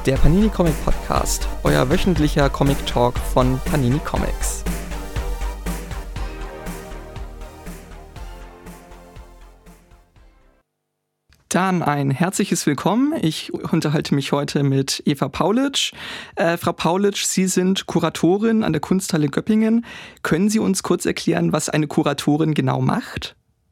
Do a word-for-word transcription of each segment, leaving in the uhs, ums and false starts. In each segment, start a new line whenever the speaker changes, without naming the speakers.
der Panini Comic Podcast, euer wöchentlicher Comic Talk von Panini Comics. Dann ein herzliches Willkommen. Ich unterhalte mich heute mit Eva Paulitsch. Äh, Frau Paulitsch, Sie sind Kuratorin an der Kunsthalle Göppingen. Können Sie uns kurz erklären, was eine Kuratorin genau macht?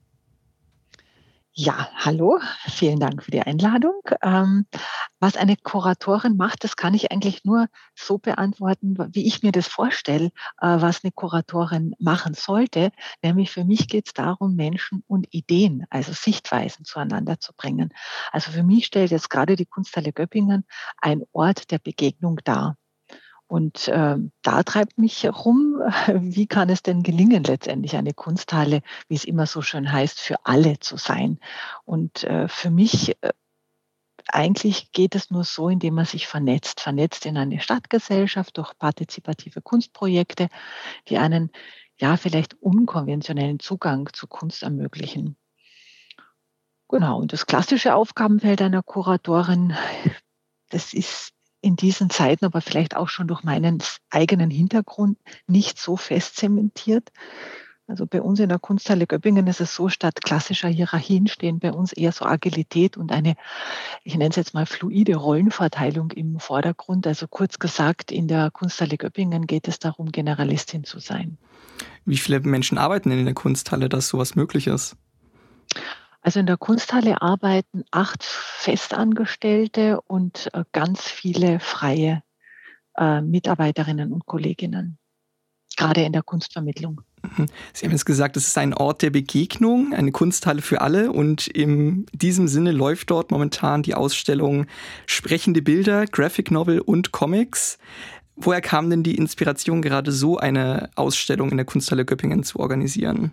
Ja, hallo, vielen Dank für die Einladung. Ähm, was eine Kuratorin macht, das kann ich eigentlich nur so beantworten, wie ich mir das vorstelle, äh, was eine Kuratorin machen sollte. Nämlich für mich geht es darum, Menschen und Ideen, also Sichtweisen zueinander zu bringen. Also für mich stellt jetzt gerade die Kunsthalle Göppingen ein Ort der Begegnung dar. Und ähm, da treibt mich rum, wie kann es denn gelingen, letztendlich eine Kunsthalle, wie es immer so schön heißt, für alle zu sein. Und äh, für mich äh, eigentlich geht es nur so, indem man sich vernetzt, vernetzt in eine Stadtgesellschaft durch partizipative Kunstprojekte, die einen ja vielleicht unkonventionellen Zugang zu Kunst ermöglichen. Genau, und das klassische Aufgabenfeld einer Kuratorin, das ist in diesen Zeiten, aber vielleicht auch schon durch meinen eigenen Hintergrund nicht so fest zementiert. Also bei uns in der Kunsthalle Göppingen ist es so, statt klassischer Hierarchien stehen bei uns eher so Agilität und eine, ich nenne es jetzt mal fluide Rollenverteilung im Vordergrund. Also kurz gesagt, in der Kunsthalle Göppingen geht es darum, Generalistin zu sein.
Wie viele Menschen arbeiten denn in der Kunsthalle, dass sowas möglich ist?
Also in der Kunsthalle arbeiten acht Festangestellte und äh, ganz viele freie äh, Mitarbeiterinnen und Kolleginnen, gerade in der Kunstvermittlung.
Sie haben jetzt gesagt, es ist ein Ort der Begegnung, eine Kunsthalle für alle, und in diesem Sinne läuft dort momentan die Ausstellung Sprechende Bilder, Graphic Novel und Comics. Woher kam denn die Inspiration, gerade so eine Ausstellung in der Kunsthalle Göppingen zu organisieren?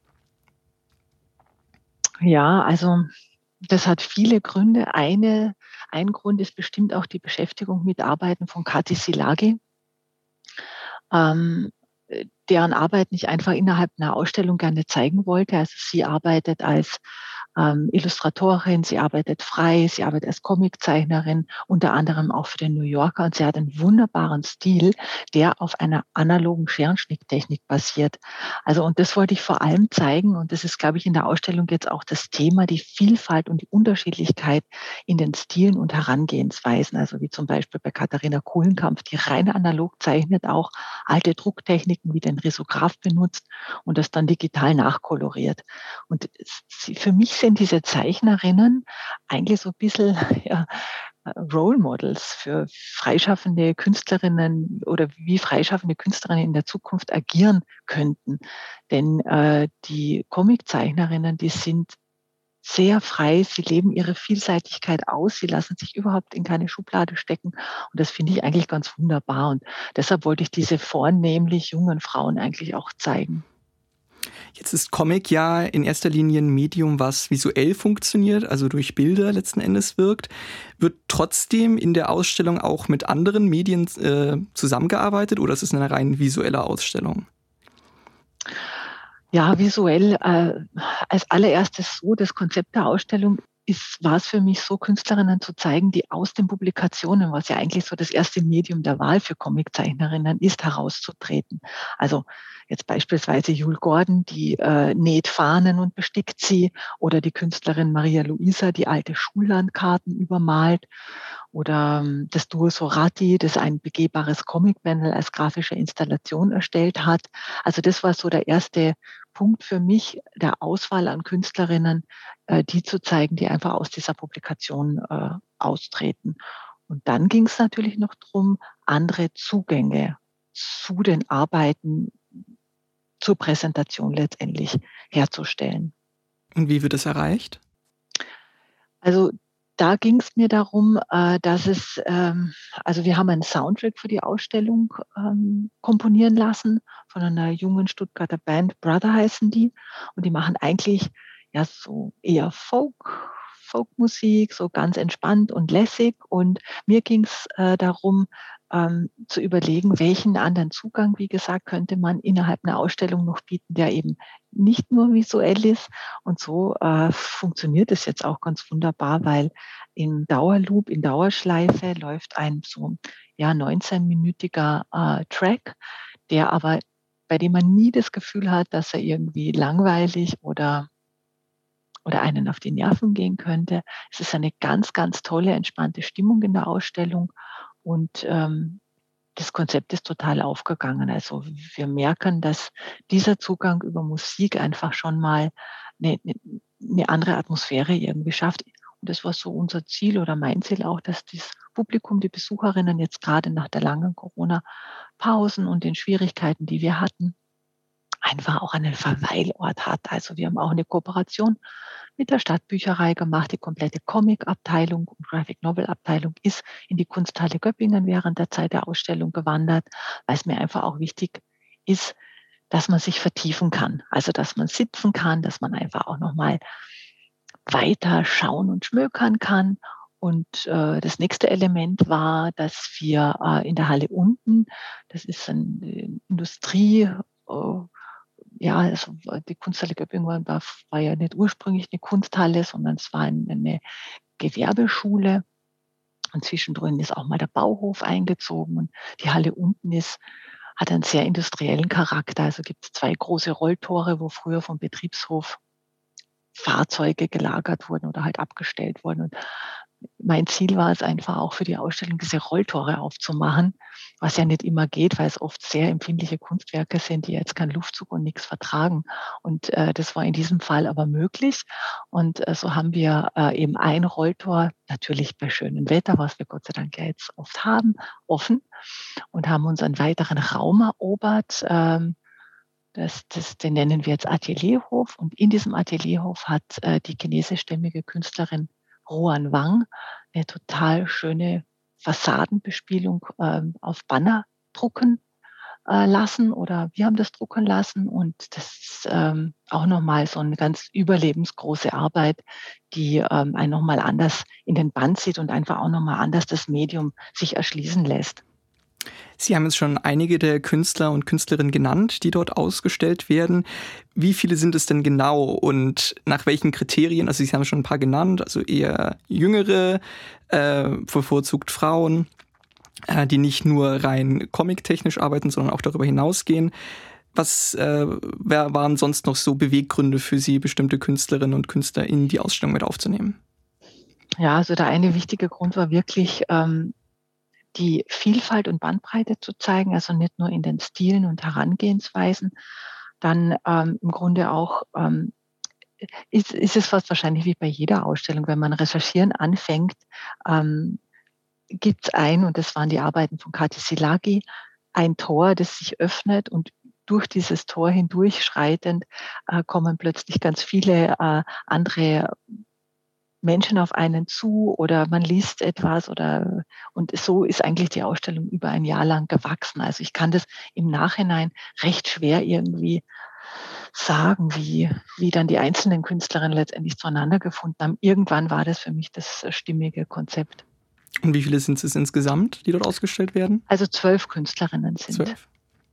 Ja, also das hat viele Gründe. Eine, ein Grund ist bestimmt auch die Beschäftigung mit Arbeiten von Kati Silagi, ähm, deren Arbeit ich einfach innerhalb einer Ausstellung gerne zeigen wollte. Also sie arbeitet als ähm, Illustratorin, sie arbeitet frei, sie arbeitet als Comiczeichnerin, unter anderem auch für den New Yorker, und sie hat einen wunderbaren Stil, der auf einer analogen Scherenschnitttechnik basiert. Also und das wollte ich vor allem zeigen, und das ist, glaube ich, in der Ausstellung jetzt auch das Thema, die Vielfalt und die Unterschiedlichkeit in den Stilen und Herangehensweisen, also wie zum Beispiel bei Katharina Kuhlenkampf, die rein analog zeichnet, auch alte Drucktechniken wie den Risograph benutzt und das dann digital nachkoloriert. Und sie, für mich sind diese Zeichnerinnen eigentlich so ein bisschen ja, Role Models für freischaffende Künstlerinnen oder wie freischaffende Künstlerinnen in der Zukunft agieren könnten. Denn äh, die Comiczeichnerinnen, die sind sehr frei, sie leben ihre Vielseitigkeit aus, sie lassen sich überhaupt in keine Schublade stecken, und das finde ich eigentlich ganz wunderbar, und deshalb wollte ich diese vornehmlich jungen Frauen eigentlich auch zeigen.
Jetzt ist Comic ja in erster Linie ein Medium, was visuell funktioniert, also durch Bilder letzten Endes wirkt. Wird trotzdem in der Ausstellung auch mit anderen Medien äh, zusammengearbeitet, oder ist es eine rein visuelle Ausstellung?
Ja, visuell äh, als allererstes so, das Konzept der Ausstellung ist, war es für mich so, Künstlerinnen zu zeigen, die aus den Publikationen, was ja eigentlich so das erste Medium der Wahl für Comiczeichnerinnen ist, herauszutreten. Also jetzt beispielsweise Jule Gordon, die äh, näht Fahnen und bestickt sie, oder die Künstlerin Maria Luisa, die alte Schullandkarten übermalt, oder ähm, das Duo Sorati, das ein begehbares Comic-Panel als grafische Installation erstellt hat. Also das war so der erste Punkt für mich, der Auswahl an Künstlerinnen, äh, die zu zeigen, die einfach aus dieser Publikation äh, austreten. Und dann ging es natürlich noch darum, andere Zugänge zu den Arbeiten, zur Präsentation letztendlich herzustellen.
Und wie wird das erreicht?
Also da ging es mir darum, äh, dass es, ähm, also wir haben einen Soundtrack für die Ausstellung ähm, komponieren lassen von einer jungen Stuttgarter Band, Brother heißen die, und die machen eigentlich ja so eher Folk, Folkmusik, so ganz entspannt und lässig. Und mir ging es äh, darum, ähm, zu überlegen, welchen anderen Zugang, wie gesagt, könnte man innerhalb einer Ausstellung noch bieten, der eben nicht nur visuell ist. Und so äh, funktioniert es jetzt auch ganz wunderbar, weil im Dauerloop, in Dauerschleife läuft ein so ja, neunzehn-minütiger äh, Track, der aber, bei dem man nie das Gefühl hat, dass er irgendwie langweilig oder oder einen auf die Nerven gehen könnte. Es ist eine ganz, ganz tolle, entspannte Stimmung in der Ausstellung und ähm, das Konzept ist total aufgegangen. Also wir merken, dass dieser Zugang über Musik einfach schon mal eine, eine, eine andere Atmosphäre irgendwie schafft. Und das war so unser Ziel oder mein Ziel auch, dass das Publikum, die Besucherinnen jetzt gerade nach der langen Corona-Pausen und den Schwierigkeiten, die wir hatten, einfach auch einen Verweilort hat. Also wir haben auch eine Kooperation mit der Stadtbücherei gemacht. Die komplette Comic-Abteilung und Graphic-Novel-Abteilung ist in die Kunsthalle Göppingen während der Zeit der Ausstellung gewandert, weil es mir einfach auch wichtig ist, dass man sich vertiefen kann. Also dass man sitzen kann, dass man einfach auch nochmal weiter schauen und schmökern kann. Und äh, das nächste Element war, dass wir äh, in der Halle unten, das ist eine äh, Industrie, äh, ja, also die Kunsthalle Göppingen war, war ja nicht ursprünglich eine Kunsthalle, sondern es war eine Gewerbeschule. Und zwischendrin ist auch mal der Bauhof eingezogen. Und die Halle unten ist, hat einen sehr industriellen Charakter. Also gibt es zwei große Rolltore, wo früher vom Betriebshof Fahrzeuge gelagert wurden oder halt abgestellt wurden. Und mein Ziel war es einfach auch für die Ausstellung, diese Rolltore aufzumachen, was ja nicht immer geht, weil es oft sehr empfindliche Kunstwerke sind, die jetzt keinen Luftzug und nichts vertragen. Und äh, das war in diesem Fall aber möglich. Und äh, so haben wir äh, eben ein Rolltor, natürlich bei schönem Wetter, was wir Gott sei Dank ja jetzt oft haben, offen und haben uns einen weiteren Raum erobert. Ähm, das, das, den nennen wir jetzt Atelierhof. Und in diesem Atelierhof hat äh, die chinesischstämmige Künstlerin Ruan Wang eine total schöne Fassadenbespielung ähm, auf Banner drucken äh, lassen oder wir haben das drucken lassen und das ist ähm, auch nochmal so eine ganz überlebensgroße Arbeit, die ähm, einen nochmal anders in den Band zieht und einfach auch nochmal anders das Medium sich erschließen lässt.
Sie haben jetzt schon einige der Künstler und Künstlerinnen genannt, die dort ausgestellt werden. Wie viele sind es denn genau und nach welchen Kriterien? Also Sie haben schon ein paar genannt, also eher jüngere, äh, bevorzugt Frauen, äh, die nicht nur rein comic-technisch arbeiten, sondern auch darüber hinausgehen. Was äh, waren sonst noch so Beweggründe für Sie, bestimmte Künstlerinnen und Künstler in die Ausstellung mit aufzunehmen?
Ja, also der eine wichtige Grund war wirklich, ähm, die Vielfalt und Bandbreite zu zeigen, also nicht nur in den Stilen und Herangehensweisen. Dann ähm, im Grunde auch ähm, ist, ist es fast wahrscheinlich wie bei jeder Ausstellung, wenn man recherchieren anfängt, ähm, gibt es ein, und das waren die Arbeiten von Kati Silagi, ein Tor, das sich öffnet und durch dieses Tor hindurchschreitend äh, kommen plötzlich ganz viele äh, andere Menschen auf einen zu oder man liest etwas oder und so ist eigentlich die Ausstellung über ein Jahr lang gewachsen. Also ich kann das im Nachhinein recht schwer irgendwie sagen, wie, wie dann die einzelnen Künstlerinnen letztendlich zueinander gefunden haben. Irgendwann war das für mich das stimmige Konzept.
Und wie viele sind es insgesamt, die dort ausgestellt werden?
Also zwölf Künstlerinnen sind.
Zwölf.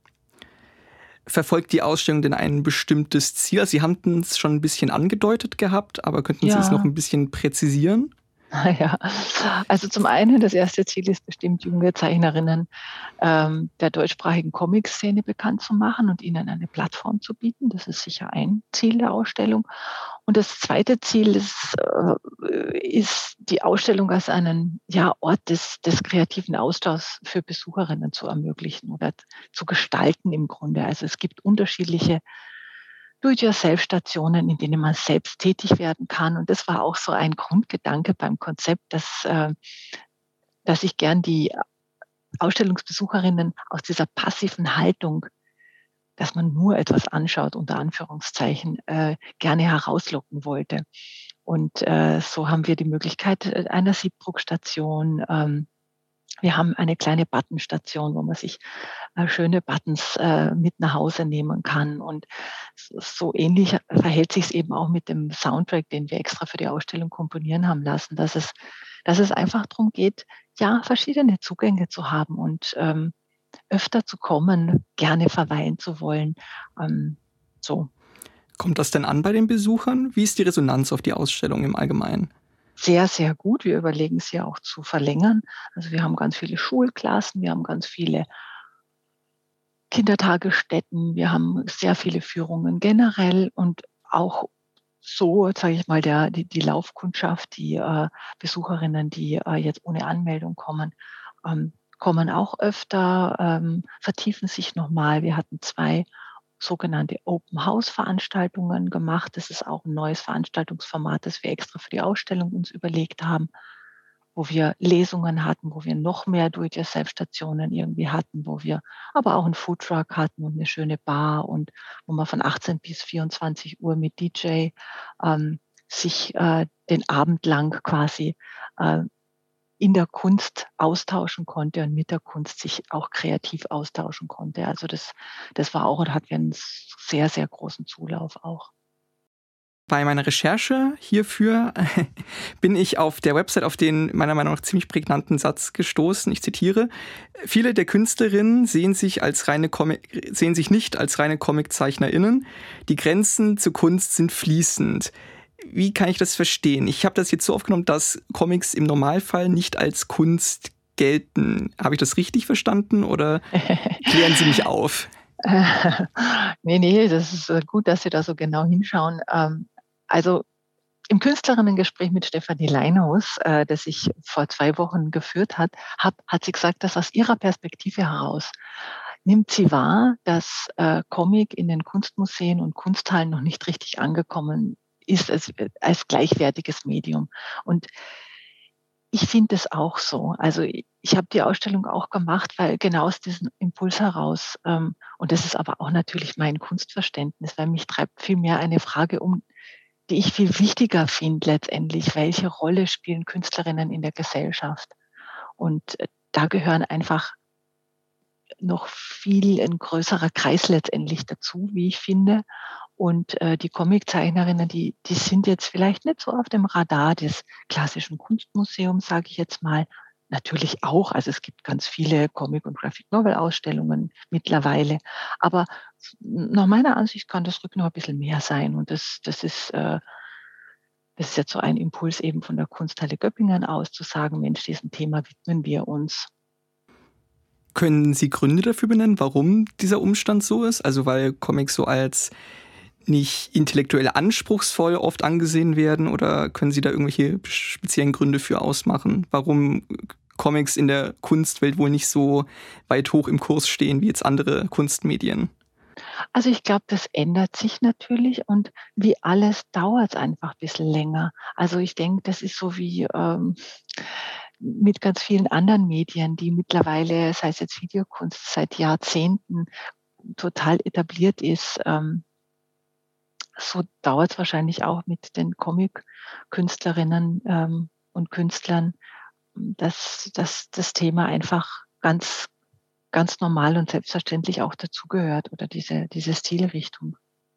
Verfolgt die Ausstellung denn ein bestimmtes Ziel? Sie hatten es schon ein bisschen angedeutet gehabt, aber könnten
Ja.
Sie es noch ein bisschen präzisieren?
Ja, also zum einen, das erste Ziel ist bestimmt, junge Zeichnerinnen ähm, der deutschsprachigen Comic-Szene bekannt zu machen und ihnen eine Plattform zu bieten. Das ist sicher ein Ziel der Ausstellung. Und das zweite Ziel ist, äh, ist die Ausstellung als einen ja, Ort des, des kreativen Austauschs für Besucherinnen zu ermöglichen oder zu gestalten im Grunde. Also es gibt unterschiedliche Do-it-yourself-Stationen, in denen man selbst tätig werden kann. Und das war auch so ein Grundgedanke beim Konzept, dass, äh, dass ich gern die Ausstellungsbesucherinnen aus dieser passiven Haltung, dass man nur etwas anschaut, unter Anführungszeichen, äh, gerne herauslocken wollte. Und äh, so haben wir die Möglichkeit einer Siebdruckstation, ähm, Wir haben eine kleine Buttonstation, wo man sich äh, schöne Buttons äh, mit nach Hause nehmen kann. Und so so ähnlich verhält sich es eben auch mit dem Soundtrack, den wir extra für die Ausstellung komponieren haben lassen, dass es, dass es einfach darum geht, ja, verschiedene Zugänge zu haben und ähm, öfter zu kommen, gerne verweilen zu wollen. Ähm, so.
Kommt das denn an bei den Besuchern? Wie ist die Resonanz auf die Ausstellung im Allgemeinen?
Sehr, sehr gut. Wir überlegen es ja auch zu verlängern. Also wir haben ganz viele Schulklassen, wir haben ganz viele Kindertagesstätten, wir haben sehr viele Führungen generell und auch so, sage ich mal, der, die, die Laufkundschaft, die äh, Besucherinnen, die äh, jetzt ohne Anmeldung kommen, ähm, kommen auch öfter, ähm, vertiefen sich nochmal. Wir hatten zwei sogenannte Open House Veranstaltungen gemacht. Das ist auch ein neues Veranstaltungsformat, das wir extra für die Ausstellung uns überlegt haben, wo wir Lesungen hatten, wo wir noch mehr Do-it-yourself-Stationen irgendwie hatten, wo wir aber auch einen Foodtruck hatten und eine schöne Bar und wo man von achtzehn bis vierundzwanzig Uhr mit D J ähm, sich äh, den Abend lang quasi äh, in der Kunst austauschen konnte und mit der Kunst sich auch kreativ austauschen konnte. Also das, das war auch und hatten wir einen sehr, sehr großen Zulauf auch.
Bei meiner Recherche hierfür bin ich auf der Website auf den meiner Meinung nach ziemlich prägnanten Satz gestoßen. Ich zitiere: Viele der Künstlerinnen sehen sich als reine Comic, sehen sich nicht als reine ComiczeichnerInnen. Die Grenzen zur Kunst sind fließend. Wie kann ich das verstehen? Ich habe das jetzt so aufgenommen, dass Comics im Normalfall nicht als Kunst gelten. Habe ich das richtig verstanden oder klären Sie mich auf?
nee, nee, das ist äh, gut, dass Sie da so genau hinschauen. Ähm, also im Künstlerinnengespräch mit Stefanie Leinhaus, äh, das ich vor zwei Wochen geführt hat, hab, hat sie gesagt, dass aus ihrer Perspektive heraus nimmt sie wahr, dass äh, Comic in den Kunstmuseen und Kunsthallen noch nicht richtig angekommen ist als, als gleichwertiges Medium. Und ich finde es auch so. Also ich, ich habe die Ausstellung auch gemacht, weil genau aus diesem Impuls heraus, ähm, und das ist aber auch natürlich mein Kunstverständnis, weil mich treibt vielmehr eine Frage um, die ich viel wichtiger finde letztendlich, welche Rolle spielen Künstlerinnen in der Gesellschaft? Und äh, da gehören einfach noch viel ein größerer Kreis letztendlich dazu, wie ich finde. Und äh, die Comiczeichnerinnen, die, die sind jetzt vielleicht nicht so auf dem Radar des klassischen Kunstmuseums, sage ich jetzt mal. Natürlich auch, also es gibt ganz viele Comic- und Graphic-Novel-Ausstellungen mittlerweile. Aber nach meiner Ansicht kann das Rück noch ein bisschen mehr sein. Und das, das ist... Äh, das ist jetzt so ein Impuls eben von der Kunsthalle Göppingen aus, zu sagen, Mensch, diesem Thema widmen wir uns.
Können Sie Gründe dafür benennen, warum dieser Umstand so ist? Also weil Comics so als nicht intellektuell anspruchsvoll oft angesehen werden, oder können Sie da irgendwelche speziellen Gründe für ausmachen, warum Comics in der Kunstwelt wohl nicht so weit hoch im Kurs stehen wie jetzt andere Kunstmedien?
Also ich glaube, das ändert sich natürlich und wie alles dauert es einfach ein bisschen länger. Also ich denke, das ist so wie ähm, mit ganz vielen anderen Medien, die mittlerweile, sei es jetzt Videokunst, seit Jahrzehnten total etabliert ist. Ähm, so dauert es wahrscheinlich auch mit den Comic-Künstlerinnen ähm, und Künstlern, dass, dass das Thema einfach ganz ganz normal und selbstverständlich auch dazugehört oder diese, diese Stilrichtung.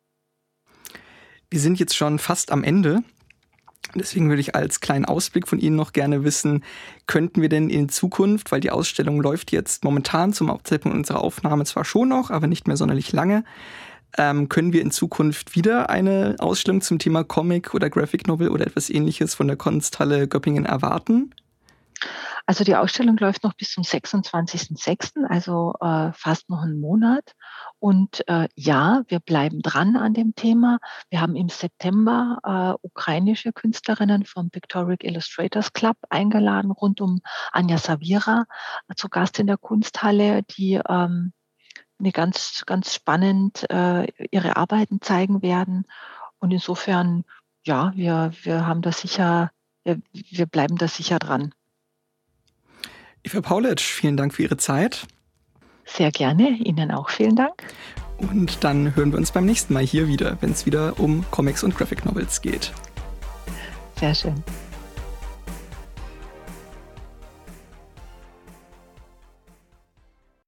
Wir sind jetzt schon fast am Ende. Deswegen würde ich als kleinen Ausblick von Ihnen noch gerne wissen, könnten wir denn in Zukunft, weil die Ausstellung läuft jetzt momentan zum Zeitpunkt unserer Aufnahme zwar schon noch, aber nicht mehr sonderlich lange, ähm, können wir in Zukunft wieder eine Ausstellung zum Thema Comic oder Graphic Novel oder etwas Ähnliches von der Kunsthalle Göppingen erwarten?
Also die Ausstellung läuft noch bis zum sechsundzwanzigsten sechsten, also äh, fast noch einen Monat. Und äh, ja, wir bleiben dran an dem Thema. Wir haben im September äh, ukrainische Künstlerinnen vom Pictorial Illustrators Club eingeladen, rund um Anja Savira, äh, zu Gast in der Kunsthalle, die ähm, eine ganz, ganz spannend äh, ihre Arbeiten zeigen werden. Und insofern, ja, wir, wir haben da sicher, wir, wir bleiben da sicher dran.
Eva Paulitsch, vielen Dank für Ihre Zeit.
Sehr gerne, Ihnen auch vielen Dank.
Und dann hören wir uns beim nächsten Mal hier wieder, wenn es wieder um Comics und Graphic Novels geht.
Sehr schön.